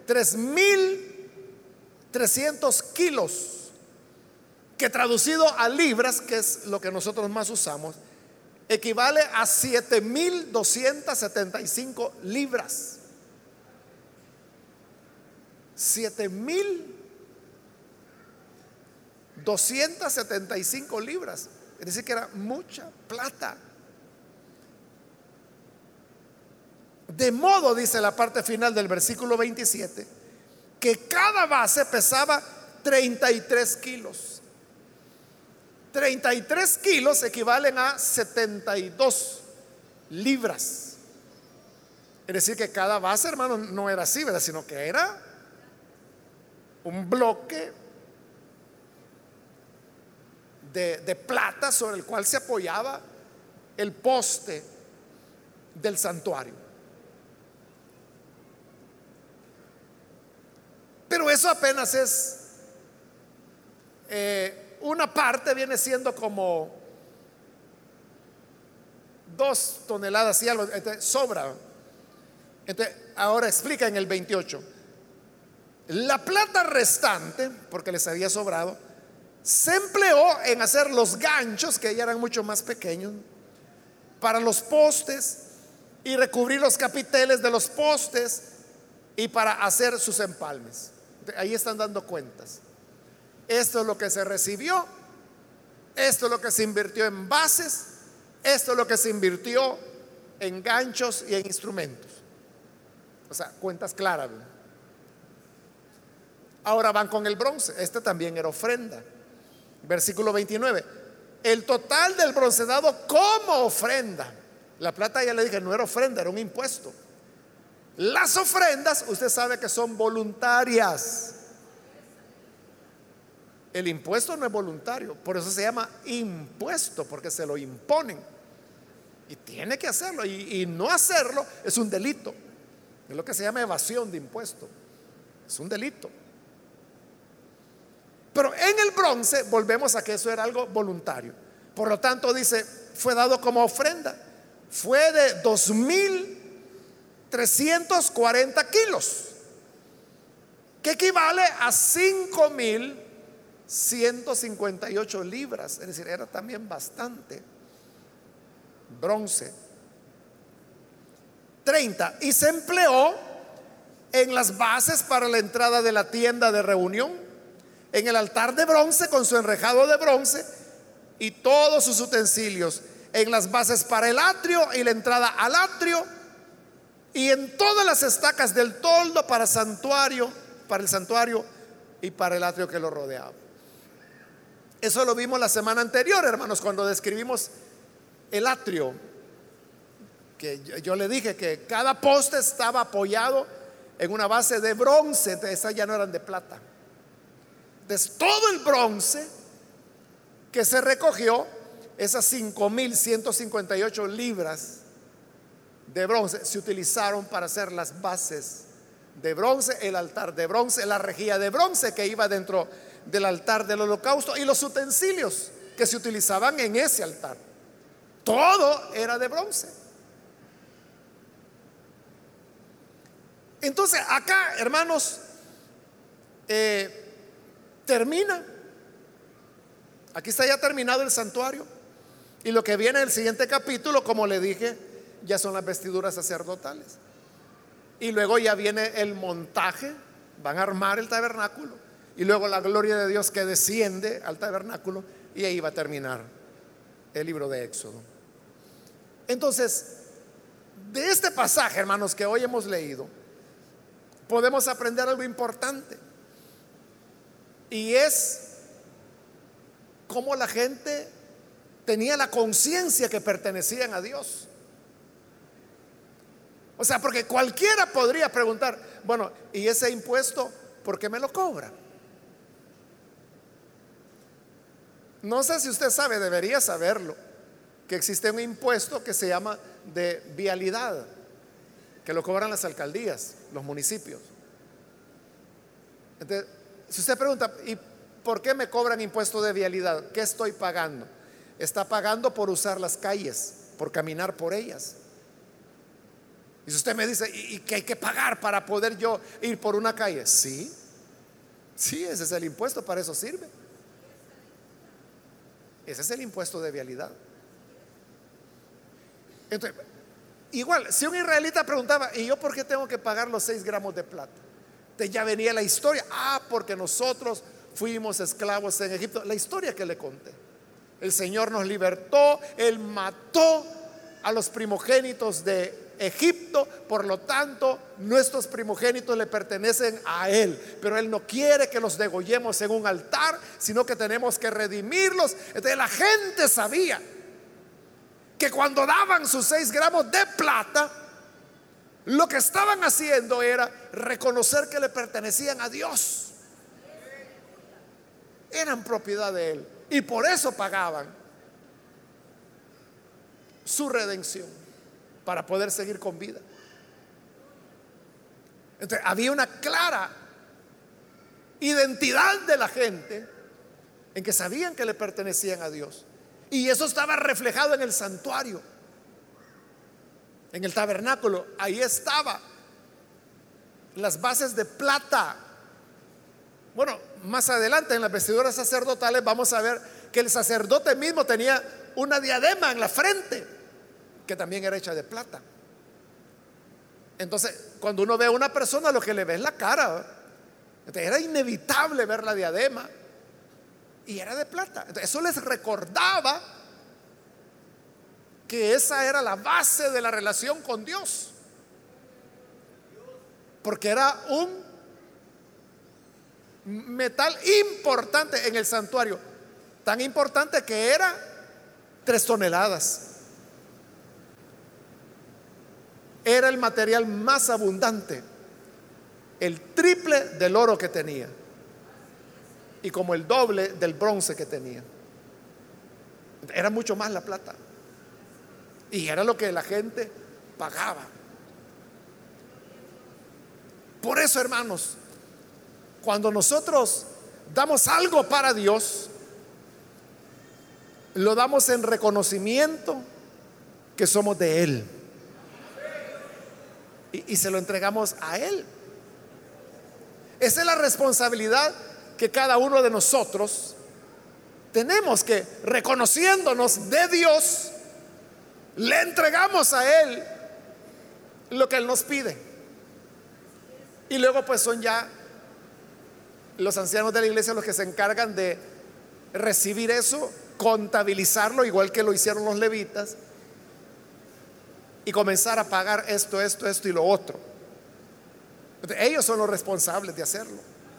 3,300 kilos, que traducido a libras, que es lo que nosotros más usamos, equivale a 7,275 libras. 7,275 libras. Es decir, que era mucha plata. De modo, dice la parte final del versículo 27, que cada base pesaba 33 kilos. 33 kilos equivalen a 72 libras. Es decir, que cada base, hermano, no era así, ¿verdad? Sino que era un bloque de plata sobre el cual se apoyaba el poste del santuario. Pero eso apenas es una parte, viene siendo como 2 toneladas y algo. Entonces, sobra. Entonces, ahora explica en el 28. La plata restante, porque les había sobrado, se empleó en hacer los ganchos, que ya eran mucho más pequeños, para los postes, y recubrir los capiteles de los postes, y para hacer sus empalmes. Ahí están dando cuentas. Esto es lo que se recibió, esto es lo que se invirtió en bases, esto es lo que se invirtió en ganchos y en instrumentos. O sea, cuentas claras. Ahora van con el bronce. Este también era ofrenda. Versículo 29. El total del bronce dado como ofrenda. La plata, ya le dije, no era ofrenda, era un impuesto. Las ofrendas, usted sabe que son voluntarias. El impuesto no es voluntario, por eso se llama impuesto, porque se lo imponen. Y tiene que hacerlo, y no hacerlo es un delito. Es lo que se llama evasión de impuesto. Es un delito. Pero en el bronce volvemos a que eso era algo voluntario. Por lo tanto, dice, fue dado como ofrenda. Fue de 2,340 kilos. que equivale a 5,158 libras, es decir, era también bastante. Bronce. 30. Y se empleó en las bases para la entrada de la tienda de reunión, en el altar de bronce con su enrejado de bronce y todos sus utensilios, en las bases para el atrio y la entrada al atrio, y en todas las estacas del toldo para el santuario y para el atrio que lo rodeaba. Eso lo vimos la semana anterior, hermanos, cuando describimos el atrio, que yo le dije que cada poste estaba apoyado en una base de bronce, entonces esas ya no eran de plata. Entonces todo el bronce que se recogió, esas 5,158 libras de bronce, se utilizaron para hacer las bases de bronce, el altar de bronce, la rejilla de bronce que iba dentro del altar del holocausto y los utensilios que se utilizaban en ese altar. Todo era de bronce. Entonces acá, hermanos, termina. Aquí está ya terminado el santuario. Y lo que viene en el siguiente capítulo, como le dije, ya son las vestiduras sacerdotales. Y luego ya viene el montaje, van a armar el tabernáculo. Y luego la gloria de Dios que desciende al tabernáculo. Y ahí va a terminar el libro de Éxodo. Entonces, de este pasaje, hermanos, que hoy hemos leído, podemos aprender algo importante. Y es cómo la gente tenía la conciencia que pertenecían a Dios. O sea, porque cualquiera podría preguntar, bueno, ¿y ese impuesto por qué me lo cobra? No sé si usted sabe, debería saberlo, que existe un impuesto que se llama de vialidad, que lo cobran las alcaldías, los municipios. Entonces, si usted pregunta, ¿y por qué me cobran impuesto de vialidad? ¿Qué estoy pagando? Está pagando por usar las calles, por caminar por ellas. Y si usted me dice, ¿y qué hay que pagar para poder yo ir por una calle? Sí, ese es el impuesto, para eso sirve. Ese es el impuesto de vialidad. Entonces, igual, si un israelita preguntaba, ¿y yo por qué tengo que pagar los 6 gramos de plata? Entonces ya venía la historia, porque nosotros fuimos esclavos en Egipto. La historia que le conté. El Señor nos libertó, Él mató a los primogénitos de Egipto, por lo tanto nuestros primogénitos le pertenecen a Él, pero Él no quiere que los degollemos en un altar, sino que tenemos que redimirlos. Entonces la gente sabía que cuando daban sus 6 gramos de plata, lo que estaban haciendo era reconocer que le pertenecían a Dios, eran propiedad de Él, y por eso pagaban su redención, para poder seguir con vida. Entonces había una clara identidad de la gente en que sabían que le pertenecían a Dios, y eso estaba reflejado en el santuario, en el tabernáculo. Ahí estaba las bases de plata. Bueno, más adelante en las vestiduras sacerdotales vamos a ver que el sacerdote mismo tenía una diadema en la frente, que también era hecha de plata. Entonces, cuando uno ve a una persona, lo que le ve es la cara, ¿verdad? Entonces, era inevitable ver la diadema, y era de plata. Entonces, eso les recordaba que esa era la base de la relación con Dios, porque era un metal importante en el santuario, tan importante que era 3 toneladas. Era el material más abundante, el triple del oro que tenía y como el doble del bronce que tenía. Era mucho más la plata, y era lo que la gente pagaba. Por eso, hermanos, cuando nosotros damos algo para Dios, lo damos en reconocimiento que somos de Él, y se lo entregamos a Él. Esa es la responsabilidad que cada uno de nosotros tenemos, que reconociéndonos de Dios, le entregamos a Él lo que Él nos pide. Y luego pues son ya los ancianos de la iglesia los que se encargan de recibir eso, contabilizarlo igual que lo hicieron los levitas, y comenzar a pagar esto y lo otro. Entonces, ellos son los responsables de hacerlo.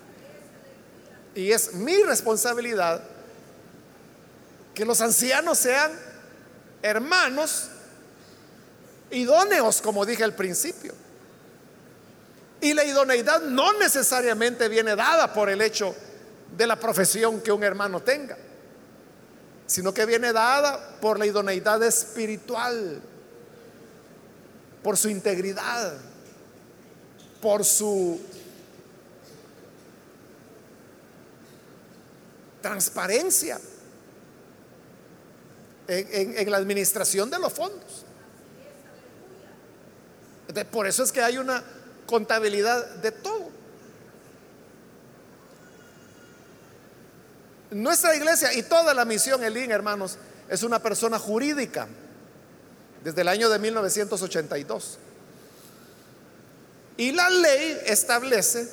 Y es mi responsabilidad que los ancianos sean hermanos idóneos, como dije al principio. Y la idoneidad no necesariamente viene dada por el hecho de la profesión que un hermano tenga, sino que viene dada por la idoneidad espiritual, por su integridad, por su transparencia en la administración de los fondos. Entonces, por eso es que hay una contabilidad de todo. Nuestra iglesia y toda la misión Elim, hermanos, es una persona jurídica desde el año de 1982. Y la ley establece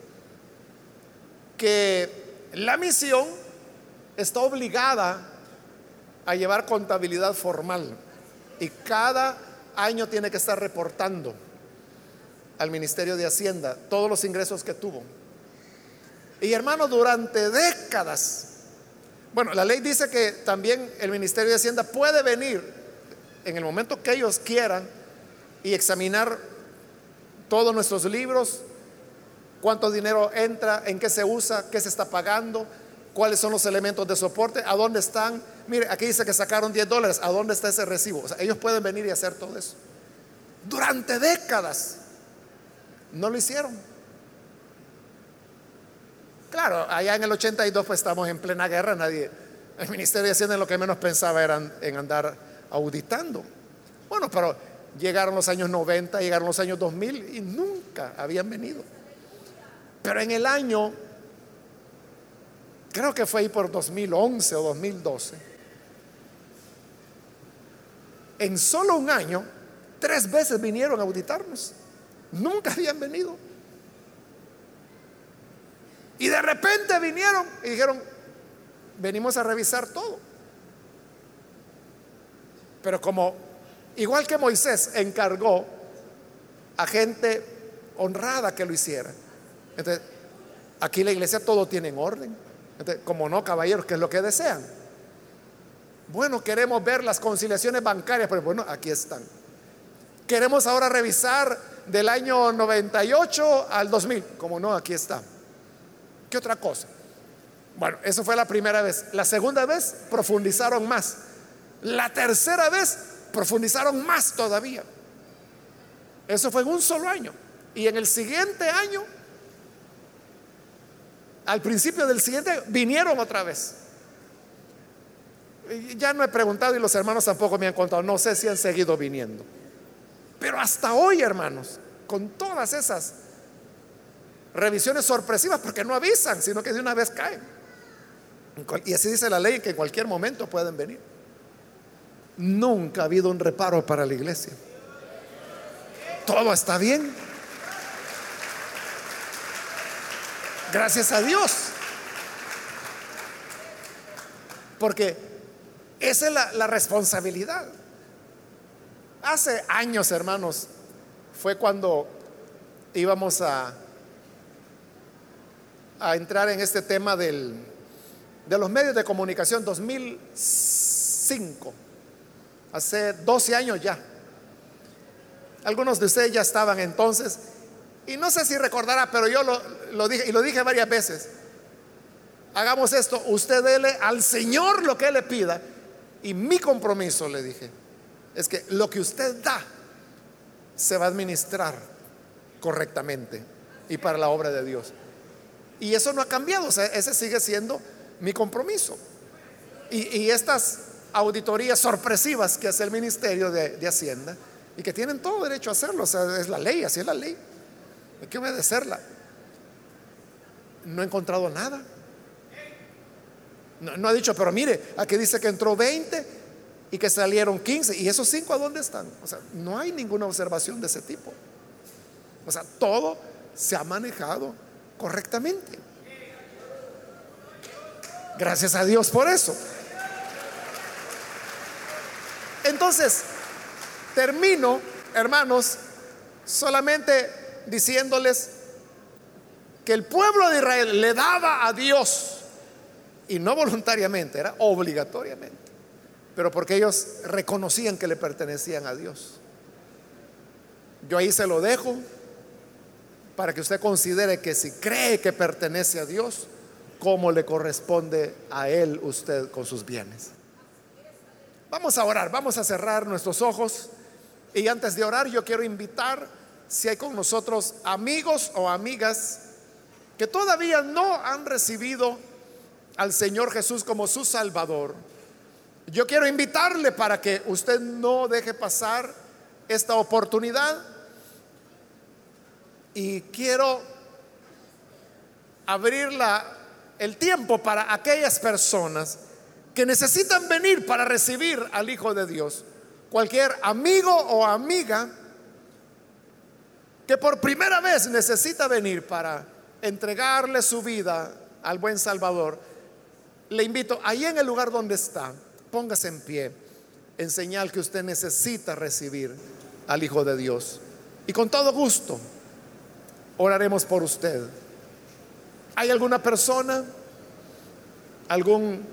que la misión está obligada a llevar contabilidad formal y cada año tiene que estar reportando al Ministerio de Hacienda todos los ingresos que tuvo. Y hermanos, durante décadas, bueno, la ley dice que también el Ministerio de Hacienda puede venir en el momento que ellos quieran y examinar todos nuestros libros, cuánto dinero entra, en qué se usa, qué se está pagando, cuáles son los elementos de soporte, a dónde están. Mire, aquí dice que sacaron $10, ¿a dónde está ese recibo? O sea, ellos pueden venir y hacer todo eso. Durante décadas no lo hicieron. Claro, allá en el 82 pues estamos en plena guerra, el Ministerio de Hacienda lo que menos pensaba era en andar auditando. Bueno, pero llegaron los años 90, llegaron los años 2000 y nunca habían venido. Pero en el año, creo que fue ahí por 2011 o 2012, en solo un año 3 veces vinieron a auditarnos. Nunca habían venido. Y de repente vinieron y dijeron: venimos a revisar todo. Pero como, igual que Moisés encargó a gente honrada que lo hiciera, entonces aquí la iglesia todo tiene en orden. Entonces, como no, caballeros, ¿qué es lo que desean? Bueno, queremos ver las conciliaciones bancarias, pero bueno, aquí están. Queremos ahora revisar del año 98 al 2000, como no, aquí está. ¿Qué otra cosa? Bueno, eso fue la primera vez. La segunda vez profundizaron más. La tercera vez profundizaron más todavía. Eso fue en un solo año. Y en el siguiente año, al principio del siguiente, vinieron otra vez. Y ya no he preguntado y los hermanos tampoco me han contado. No sé si han seguido viniendo. Pero hasta hoy, hermanos, con todas esas revisiones sorpresivas, porque no avisan, sino que de una vez caen. Y así dice la ley, que en cualquier momento pueden venir. Nunca ha habido un reparo para la iglesia. Todo está bien. Gracias a Dios. Porque esa es la responsabilidad. Hace años, hermanos, fue cuando íbamos a entrar en este tema de los medios de comunicación. 2005, hace 12 años ya. Algunos de ustedes ya estaban entonces, y no sé si recordará, pero yo lo dije, y lo dije varias veces: hagamos esto, usted dele al Señor lo que Él le pida, y mi compromiso, le dije, es que lo que usted da se va a administrar correctamente y para la obra de Dios. Y eso no ha cambiado. O sea, ese sigue siendo mi compromiso. Y estas auditorías sorpresivas que hace el Ministerio de Hacienda, y que tienen todo derecho a hacerlo, o sea, es la ley, así es la ley, hay que obedecerla. no he encontrado nada. No ha dicho, pero mire, aquí dice que entró 20 y que salieron 15. ¿Y esos 5 a dónde están? O sea, no hay ninguna observación de ese tipo. O sea, todo se ha manejado correctamente. Gracias a Dios por eso. Entonces, termino, hermanos, solamente diciéndoles que el pueblo de Israel le daba a Dios, y no voluntariamente, era obligatoriamente, pero porque ellos reconocían que le pertenecían a Dios. Yo ahí se lo dejo para que usted considere que si cree que pertenece a Dios, cómo le corresponde a Él usted con sus bienes. Vamos a orar, vamos a cerrar nuestros ojos, y antes de orar yo quiero invitar, si hay con nosotros amigos o amigas que todavía no han recibido al Señor Jesús como su Salvador, yo quiero invitarle para que usted no deje pasar esta oportunidad, y quiero abrir el tiempo para aquellas personas que necesitan venir para recibir al Hijo de Dios. Cualquier amigo o amiga que por primera vez necesita venir para entregarle su vida al buen Salvador, le invito, ahí en el lugar donde está, póngase en pie en señal que usted necesita recibir al Hijo de Dios, y con todo gusto oraremos por usted. ¿Hay alguna persona, algún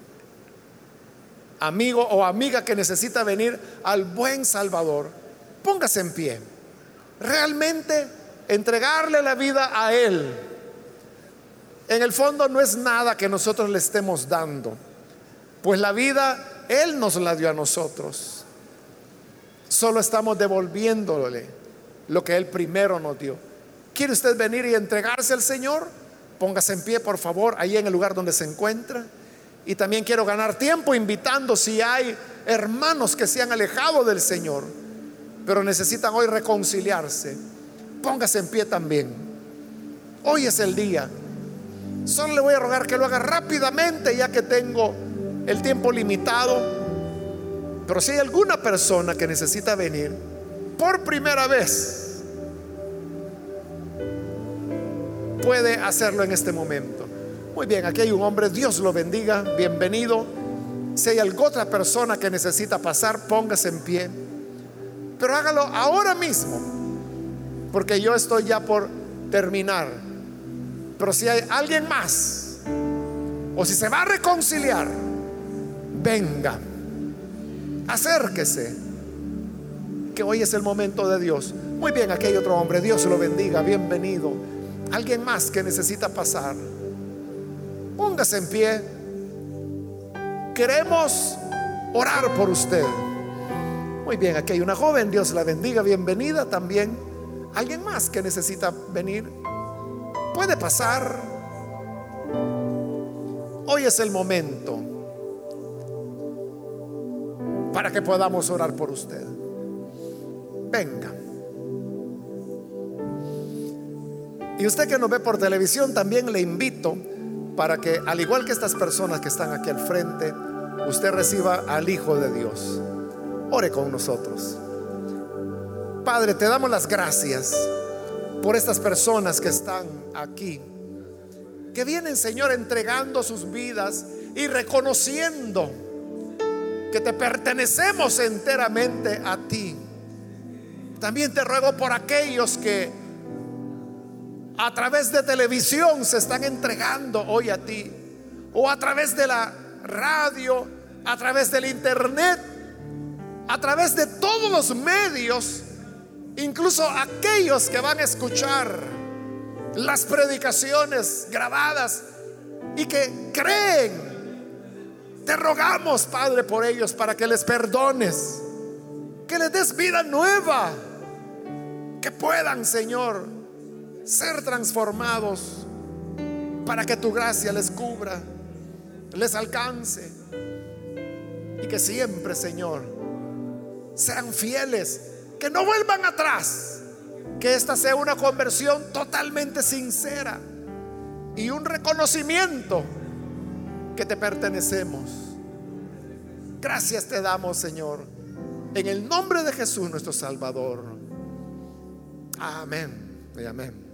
amigo o amiga que necesita venir al buen Salvador? Póngase en pie. Realmente entregarle la vida a Él, en el fondo no es nada que nosotros le estemos dando, pues la vida Él nos la dio a nosotros. Solo estamos devolviéndole lo que Él primero nos dio. ¿Quiere usted venir y entregarse al Señor? Póngase en pie, por favor, ahí en el lugar donde se encuentra. Y también quiero ganar tiempo invitando, si hay hermanos que se han alejado del Señor, pero necesitan hoy reconciliarse, póngase en pie también. Hoy es el día. Solo le voy a rogar que lo haga rápidamente, ya que tengo el tiempo limitado. Pero si hay alguna persona que necesita venir por primera vez, puede hacerlo en este momento. Muy bien, aquí hay un hombre, Dios lo bendiga, bienvenido. Si hay alguna otra persona que necesita pasar, póngase en pie, pero hágalo ahora mismo, porque yo estoy ya por terminar. Pero si hay alguien más, o si se va a reconciliar, venga, acérquese, que hoy es el momento de Dios. Muy bien, aquí hay otro hombre, Dios lo bendiga, bienvenido. Alguien más que necesita pasar, póngase en pie. Queremos orar por usted. Muy bien, aquí hay una joven, Dios la bendiga, bienvenida también. Alguien más que necesita venir, puede pasar. Hoy es el momento para que podamos orar por usted. Venga. Y usted que nos ve por televisión, también le invito para que, al igual que estas personas que están aquí al frente, usted reciba al Hijo de Dios. Ore con nosotros. Padre, te damos las gracias por estas personas que están aquí, que vienen, Señor, entregando sus vidas y reconociendo que te pertenecemos enteramente a ti. También te ruego por aquellos que a través de televisión se están entregando hoy a ti, o a través de la radio, a través del internet, a través de todos los medios, incluso aquellos que van a escuchar las predicaciones grabadas y que creen. Te rogamos, Padre, por ellos, para que les perdones, que les des vida nueva, que puedan, Señor, ser transformados, para que tu gracia les cubra, les alcance, y que siempre, Señor, sean fieles, que no vuelvan atrás, que esta sea una conversión totalmente sincera, y un reconocimiento que te pertenecemos. Gracias te damos, Señor, en el nombre de Jesús nuestro Salvador. Amén y amén.